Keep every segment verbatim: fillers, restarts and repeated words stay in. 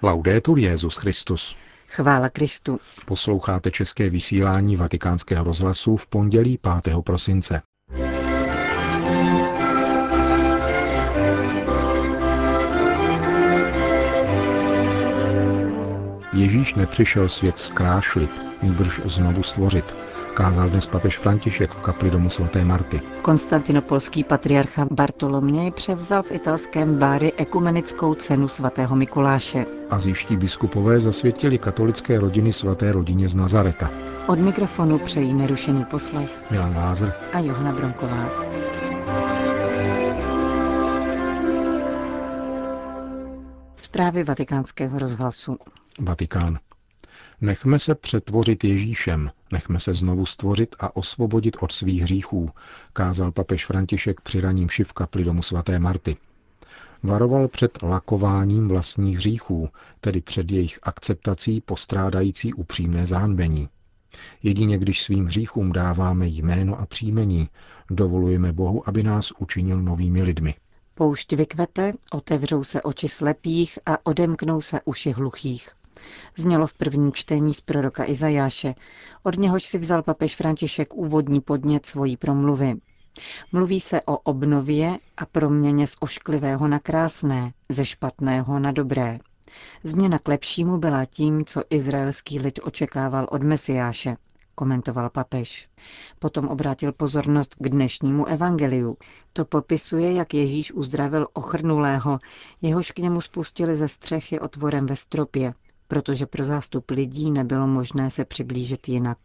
Laudetur Jesus Christus. Chvála Kristu. Posloucháte české vysílání Vatikánského rozhlasu v pondělí pátého prosince. Ježíš nepřišel svět zkrášlit, nýbrž znovu stvořit, kázal dnes papež František v kapli domu svaté Marty. Konstantinopolský patriarcha Bartoloměj převzal v italském Bari ekumenickou cenu svatého Mikuláše. Asijští biskupové zasvětili katolické rodiny svaté rodině z Nazareta. Od mikrofonu přejí nerušený poslech Milan Lázr a Johana Bronková. Zprávy Vatikánského rozhlasu. Vatikán. Nechme se přetvořit Ježíšem, nechme se znovu stvořit a osvobodit od svých hříchů, kázal papež František při raním mši v kapli domu svaté Marty. Varoval před lakováním vlastních hříchů, tedy před jejich akceptací postrádající upřímné zahanbení. Jedině když svým hříchům dáváme jméno a příjmení, dovolujeme Bohu, aby nás učinil novými lidmi. Poušť vykvete, otevřou se oči slepých a odemknou se uši hluchých. Znělo v prvním čtení z proroka Izajáše, od něhož si vzal papež František úvodní podnět svojí promluvy. Mluví se o obnově a proměně z ošklivého na krásné, ze špatného na dobré. Změna k lepšímu byla tím, co izraelský lid očekával od Mesiáše, komentoval papež. Potom obrátil pozornost k dnešnímu evangeliu. To popisuje, jak Ježíš uzdravil ochrnulého, jehož k němu spustili ze střechy otvorem ve stropě, protože pro zástup lidí nebylo možné se přiblížit jinak.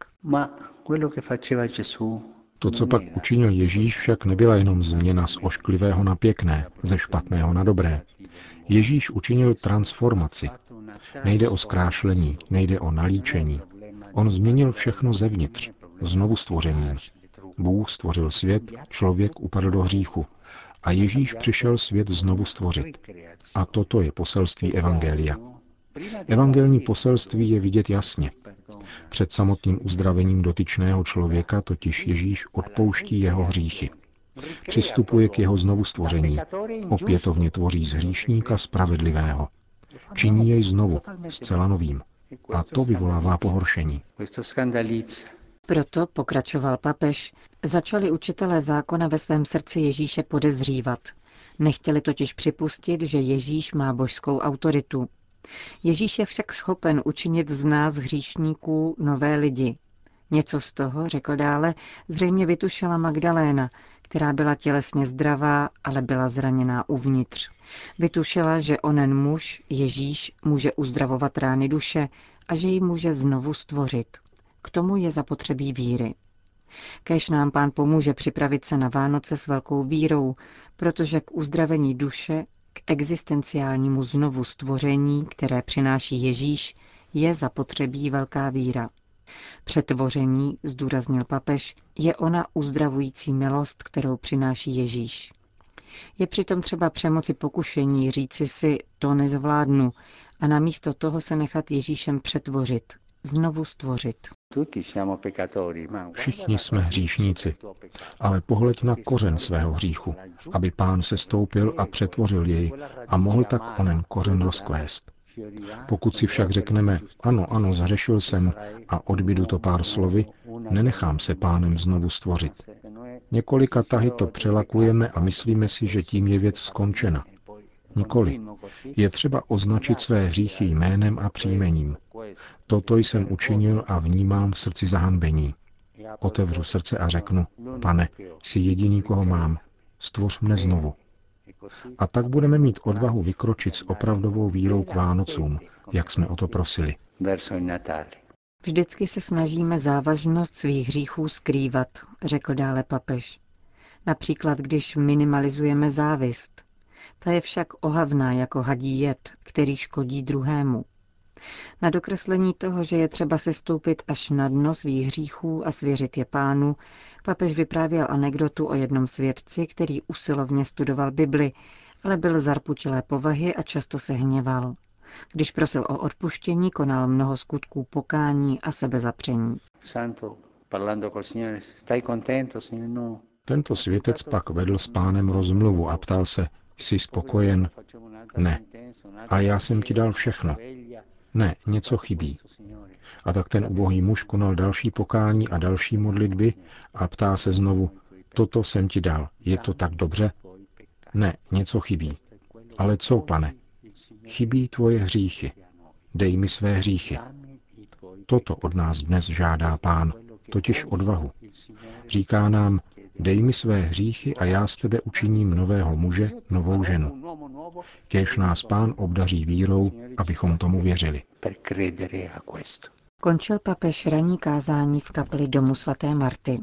To, co pak učinil Ježíš, však nebyla jenom změna z ošklivého na pěkné, ze špatného na dobré. Ježíš učinil transformaci. Nejde o zkrášlení, nejde o nalíčení. On změnil všechno zevnitř, znovu stvořením. Bůh stvořil svět, člověk upadl do hříchu. A Ježíš přišel svět znovu stvořit. A toto je poselství evangelia. Evangelní poselství je vidět jasně. Před samotným uzdravením dotyčného člověka totiž Ježíš odpouští jeho hříchy. Přistupuje k jeho znovustvoření. Opětovně tvoří z hříšníka spravedlivého. Činí jej znovu, zcela novým. A to vyvolává pohoršení. Proto, pokračoval papež, začali učitelé zákona ve svém srdci Ježíše podezřívat. Nechtěli totiž připustit, že Ježíš má božskou autoritu. Ježíš je však schopen učinit z nás hříšníků nové lidi. Něco z toho, řekl dále, zřejmě vytušila Magdaléna, která byla tělesně zdravá, ale byla zraněná uvnitř. Vytušila, že onen muž, Ježíš, může uzdravovat rány duše a že ji může znovu stvořit. K tomu je zapotřebí víry. Kéž nám Pán pomůže připravit se na Vánoce s velkou vírou, protože k uzdravení duše, k existenciálnímu znovu stvoření, které přináší Ježíš, je zapotřebí velká víra. Přetvoření, zdůraznil papež, je ona uzdravující milost, kterou přináší Ježíš. Je přitom třeba přemoci pokušení říci si, to nezvládnu, a namísto toho se nechat Ježíšem přetvořit, znovu stvořit. Všichni jsme hříšníci, ale pohleď na kořen svého hříchu, aby Pán sestoupil a přetvořil jej a mohl tak onen kořen rozkvést. Pokud si však řekneme, ano, ano, zhřešil jsem a odbydu to pár slovy, nenechám se Pánem znovu stvořit. Několika tahy to přelakujeme a myslíme si, že tím je věc skončena. Nikoli. Je třeba označit své hříchy jménem a příjmením. Toto jsem učinil a vnímám v srdci zahanbení. Otevřu srdce a řeknu, Pane, jsi jediný, koho mám, stvoř mne znovu. A tak budeme mít odvahu vykročit s opravdovou vírou k Vánocům, jak jsme o to prosili. Vždycky se snažíme závažnost svých hříchů skrývat, řekl dále papež. Například, když minimalizujeme závist. Ta je však ohavná jako hadí jed, který škodí druhému. Na dokreslení toho, že je třeba sestoupit až na dno svých hříchů a svěřit je Pánu, papež vyprávěl anekdotu o jednom svědci, který usilovně studoval Bibli, ale byl zarputilé povahy a často se hněval. Když prosil o odpuštění, konal mnoho skutků pokání a sebezapření. Tento světec pak vedl s Pánem rozmluvu a ptal se, jsi spokojen? Ne. Ale já jsem ti dal všechno. Ne, něco chybí. A tak ten ubohý muž konal další pokání a další modlitby a ptá se znovu, toto jsem ti dal, je to tak dobře? Ne, něco chybí. Ale co, Pane? Chybí tvoje hříchy. Dej mi své hříchy. Toto od nás dnes žádá Pán, totiž odvahu. Říká nám, dej mi své hříchy a já z tebe učiním nového muže, novou ženu. Kéž nás Pán obdaří vírou, abychom tomu věřili. Končil papež ranní kázání v kapli domu svaté Marty.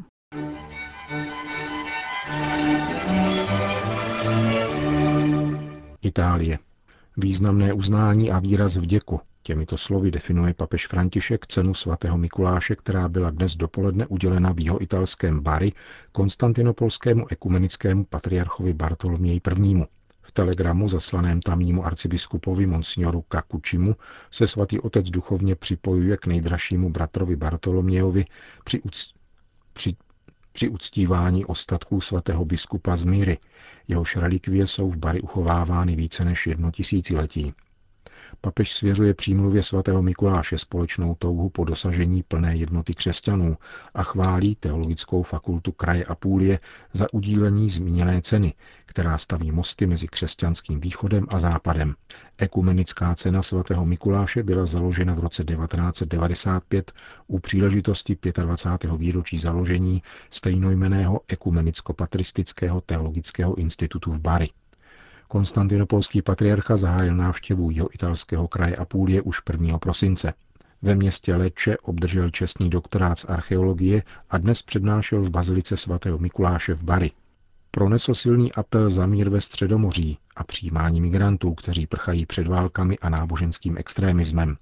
Itálie. Významné uznání a výraz vděku. Těmito slovy definuje papež František cenu svatého Mikuláše, která byla dnes dopoledne udělena v jihoitalském Bari konstantinopolskému ekumenickému patriarchovi Bartoloměji I. V telegramu zaslaném tamnímu arcibiskupovi monsignoru Kakučimu se svatý otec duchovně připojuje k nejdražšímu bratrovi Bartolomějovi při, uc... při... při uctívání ostatků svatého biskupa z Míry. Jehož relikvie jsou v Bari uchovávány více než jedno tisíciletí. Papež svěřuje přímluvě svatého Mikuláše společnou touhu po dosažení plné jednoty křesťanů a chválí teologickou fakultu kraje Apulie za udílení zmíněné ceny, která staví mosty mezi křesťanským východem a západem. Ekumenická cena svatého Mikuláše byla založena v roce devatenáct set devadesát pět u příležitosti dvacátého pátého výročí založení stejnojmenného ekumenicko-patristického teologického institutu v Bari. Konstantinopolský patriarcha zahájil návštěvu jihoitalského kraje Apulie už prvního prosince. Ve městě Lecce obdržel čestný doktorát z archeologie a dnes přednášel v bazilice svatého Mikuláše v Bari. Pronesl silný apel za mír ve Středomoří a přijímání migrantů, kteří prchají před válkami a náboženským extrémismem.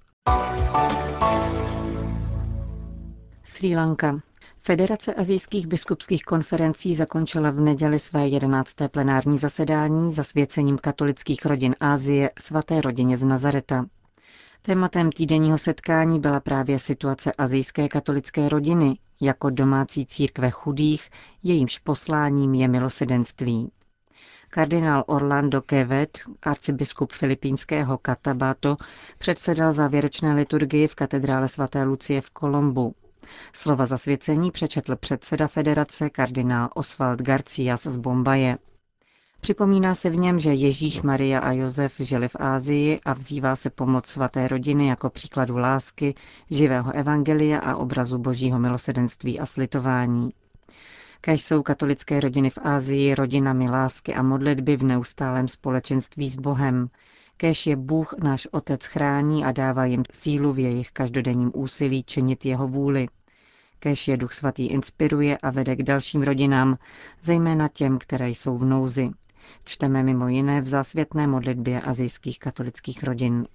Srí Lanka. Federace asijských biskupských konferencí zakončila v neděli své jedenácté plenární zasedání zasvěcením katolických rodin Asie svaté rodině z Nazareta. Tématem týdenního setkání byla právě situace asijské katolické rodiny jako domácí církve chudých, jejímž posláním je milosedenství. Kardinál Orlando Kevet, arcibiskup filipínského Cotabato, předsedal závěrečné liturgii v katedrále svaté Lucie v Kolombu. Slova zasvěcení přečetl předseda federace kardinál Oswald Garcias z Bombaje. Připomíná se v něm, že Ježíš, Maria a Josef žili v Asii a vzývá se pomoc svaté rodiny jako příkladu lásky, živého evangelia a obrazu božího milosedenství a slitování. Kéž jsou katolické rodiny v Asii rodinami lásky a modlitby v neustálém společenství s Bohem. Kéž je Bůh náš Otec chrání a dává jim sílu v jejich každodenním úsilí činit jeho vůli. Kéž je Duch Svatý inspiruje a vede k dalším rodinám, zejména těm, které jsou v nouzi. Čteme mimo jiné v zásvětné modlitbě asijských katolických rodin.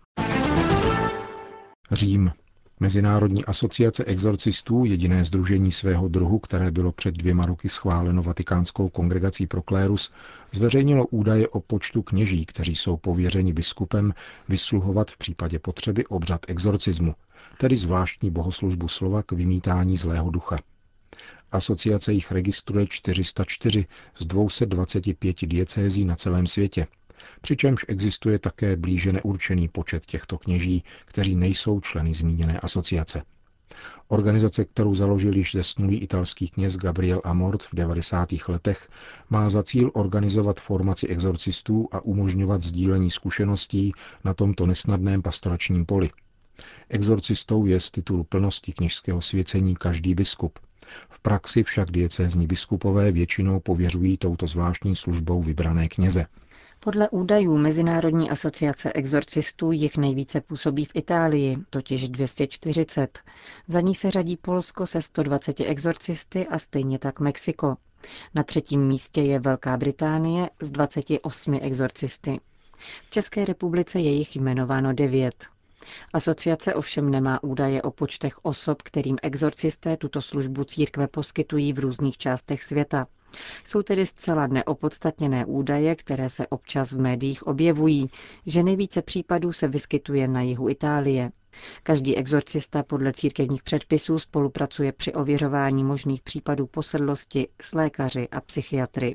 Řím. Mezinárodní asociace exorcistů, jediné sdružení svého druhu, které bylo před dvěma roky schváleno Vatikánskou kongregací pro klérus, zveřejnilo údaje o počtu kněží, kteří jsou pověřeni biskupem vysluhovat v případě potřeby obřad exorcismu, tedy zvláštní bohoslužbu slova k vymítání zlého ducha. Asociace jich registruje čtyři sta čtyři z dvě stě dvacet pět diecézí na celém světě, přičemž existuje také blíže neurčený počet těchto kněží, kteří nejsou členy zmíněné asociace. Organizace, kterou založil již zesnulý italský kněz Gabriel Amort v devadesátých letech, má za cíl organizovat formaci exorcistů a umožňovat sdílení zkušeností na tomto nesnadném pastoračním poli. Exorcistou je z titulu plnosti kněžského svěcení každý biskup. V praxi však diecézní biskupové většinou pověřují touto zvláštní službou vybrané kněze. Podle údajů Mezinárodní asociace exorcistů jich nejvíce působí v Itálii, totiž dvě stě čtyřicet. Za ní se řadí Polsko se sto dvaceti exorcisty a stejně tak Mexiko. Na třetím místě je Velká Británie s dvaceti osmi exorcisty. V České republice je jich jmenováno devět. Asociace ovšem nemá údaje o počtech osob, kterým exorcisté tuto službu církve poskytují v různých částech světa. Jsou tedy zcela neopodstatněné údaje, které se občas v médiích objevují, že nejvíce případů se vyskytuje na jihu Itálie. Každý exorcista podle církevních předpisů spolupracuje při ověřování možných případů posedlosti s lékaři a psychiatry.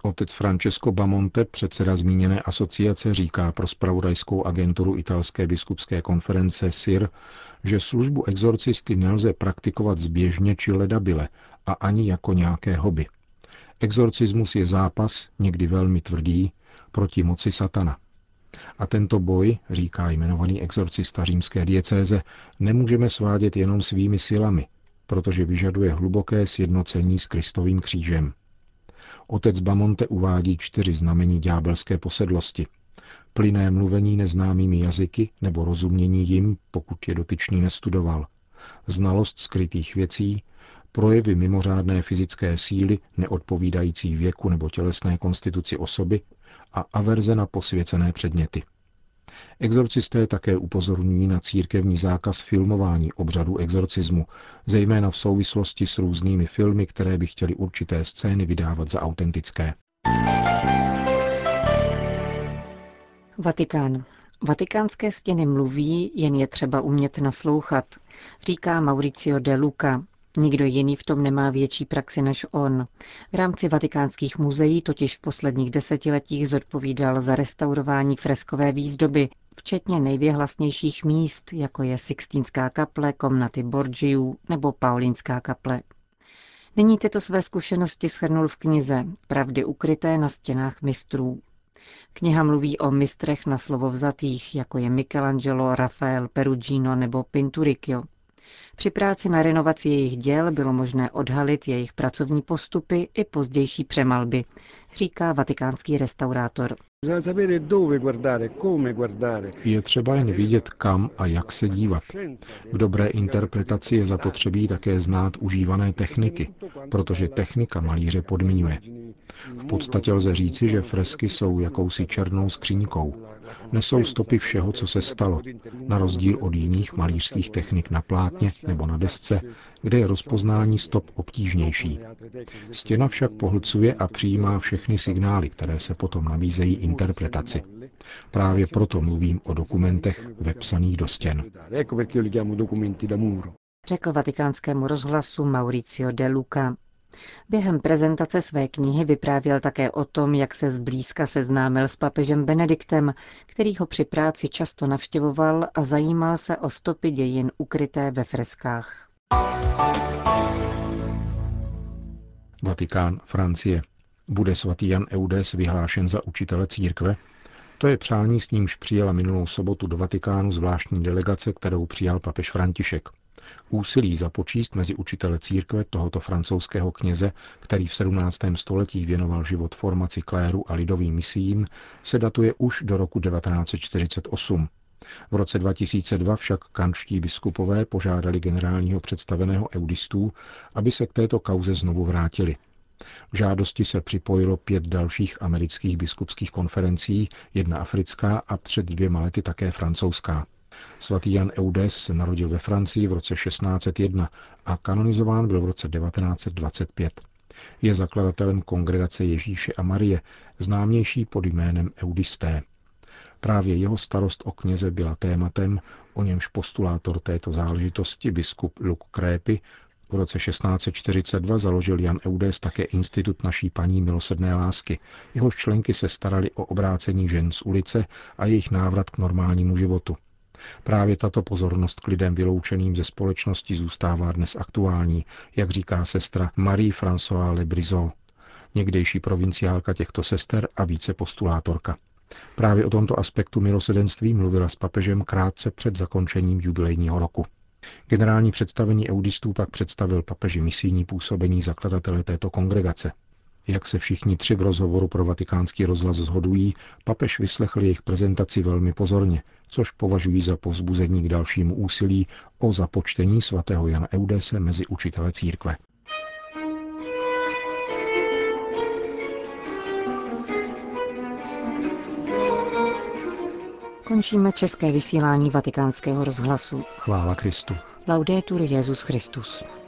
Otec Francesco Bamonte, předseda zmíněné asociace, říká pro zpravodajskou agenturu italské biskupské konference S I R, že službu exorcisty nelze praktikovat zběžně či ledabyle a ani jako nějaké hobby. Exorcismus je zápas, někdy velmi tvrdý, proti moci satana. A tento boj, říká jmenovaný exorcista římské diecéze, nemůžeme svádět jenom svými silami, protože vyžaduje hluboké sjednocení s Kristovým křížem. Otec Bamonte uvádí čtyři znamení ďábelské posedlosti. Plynné mluvení neznámými jazyky nebo rozumění jim, pokud je dotyčný nestudoval. Znalost skrytých věcí, projevy mimořádné fyzické síly neodpovídající věku nebo tělesné konstituci osoby a averze na posvěcené předměty. Exorcisté také upozorňují na církevní zákaz filmování obřadu exorcismu, zejména v souvislosti s různými filmy, které by chtěly určité scény vydávat za autentické. Vatikán. Vatikánské stěny mluví, jen je třeba umět naslouchat, říká Mauricio de Luca. Nikdo jiný v tom nemá větší praxi než on. V rámci vatikánských muzeí totiž v posledních desetiletích zodpovídal za restaurování freskové výzdoby, včetně nejvěhlasnějších míst, jako je Sixtínská kaple, komnaty Borgiů nebo Paulínská kaple. Nyní tyto své zkušenosti shrnul v knize Pravdy ukryté na stěnách mistrů. Kniha mluví o mistrech na slovo vzatých, jako je Michelangelo, Rafael, Perugino nebo Pinturicchio. Při práci na renovaci jejich děl bylo možné odhalit jejich pracovní postupy i pozdější přemalby, říká vatikánský restaurátor. Je třeba jen vidět, kam a jak se dívat. K dobré interpretaci je zapotřebí také znát užívané techniky, protože technika malíře podmiňuje. V podstatě lze říci, že fresky jsou jakousi černou skříňkou. Nesou stopy všeho, co se stalo, na rozdíl od jiných malířských technik na plátně nebo na desce, kde je rozpoznání stop obtížnější. Stěna však pohlcuje a přijímá všechny signály, které se potom nabízejí interpretaci. Právě proto mluvím o dokumentech vepsaných do stěn. Řekl vatikánskému rozhlasu Mauricio de Luca. Během prezentace své knihy vyprávěl také o tom, jak se zblízka seznámil s papežem Benediktem, který ho při práci často navštěvoval a zajímal se o stopy dějin ukryté ve freskách. Vatikán, Francie. Bude svatý Jan Eudes vyhlášen za učitele církve? To je přání, s nímž přijela minulou sobotu do Vatikánu zvláštní delegace, kterou přijal papež František. Úsilí započíst mezi učitele církve tohoto francouzského kněze, který v sedmnáctém století věnoval život formaci kléru a lidovým misiím, se datuje už do roku devatenáct set čtyřicet osm. V roce dva tisíce dva však kanští biskupové požádali generálního představeného eudistů, aby se k této kauze znovu vrátili. V žádosti se připojilo pět dalších amerických biskupských konferencí, jedna africká a před dvěma lety také francouzská. Svatý Jan Eudes se narodil ve Francii v roce šestnáct set jedna a kanonizován byl v roce devatenáct set dvacet pět. Je zakladatelem kongregace Ježíše a Marie, známější pod jménem Eudisté. Právě jeho starost o kněze byla tématem, o němž postulátor této záležitosti biskup Luc Crépy v roce šestnáct set čtyřicet dva založil Jan Eudes také Institut Naší Paní milosrdné lásky. Jehož členky se starali o obrácení žen z ulice a jejich návrat k normálnímu životu. Právě tato pozornost k lidem vyloučeným ze společnosti zůstává dnes aktuální, jak říká sestra Marie-Françoise Le Brizot, někdejší provinciálka těchto sester a vícepostulátorka. Právě o tomto aspektu milosrdenství mluvila s papežem krátce před zakončením jubilejního roku. Generální představení eudistů pak představil papeži misijní působení zakladatele této kongregace. Jak se všichni tři v rozhovoru pro Vatikánský rozhlas shodují, papež vyslechl jejich prezentaci velmi pozorně, což považují za povzbuzení k dalšímu úsilí o započtení svatého Jana Eudese mezi učitele církve. Končíme české vysílání Vatikánského rozhlasu. Chvála Kristu. Laudetur Jesus Christus.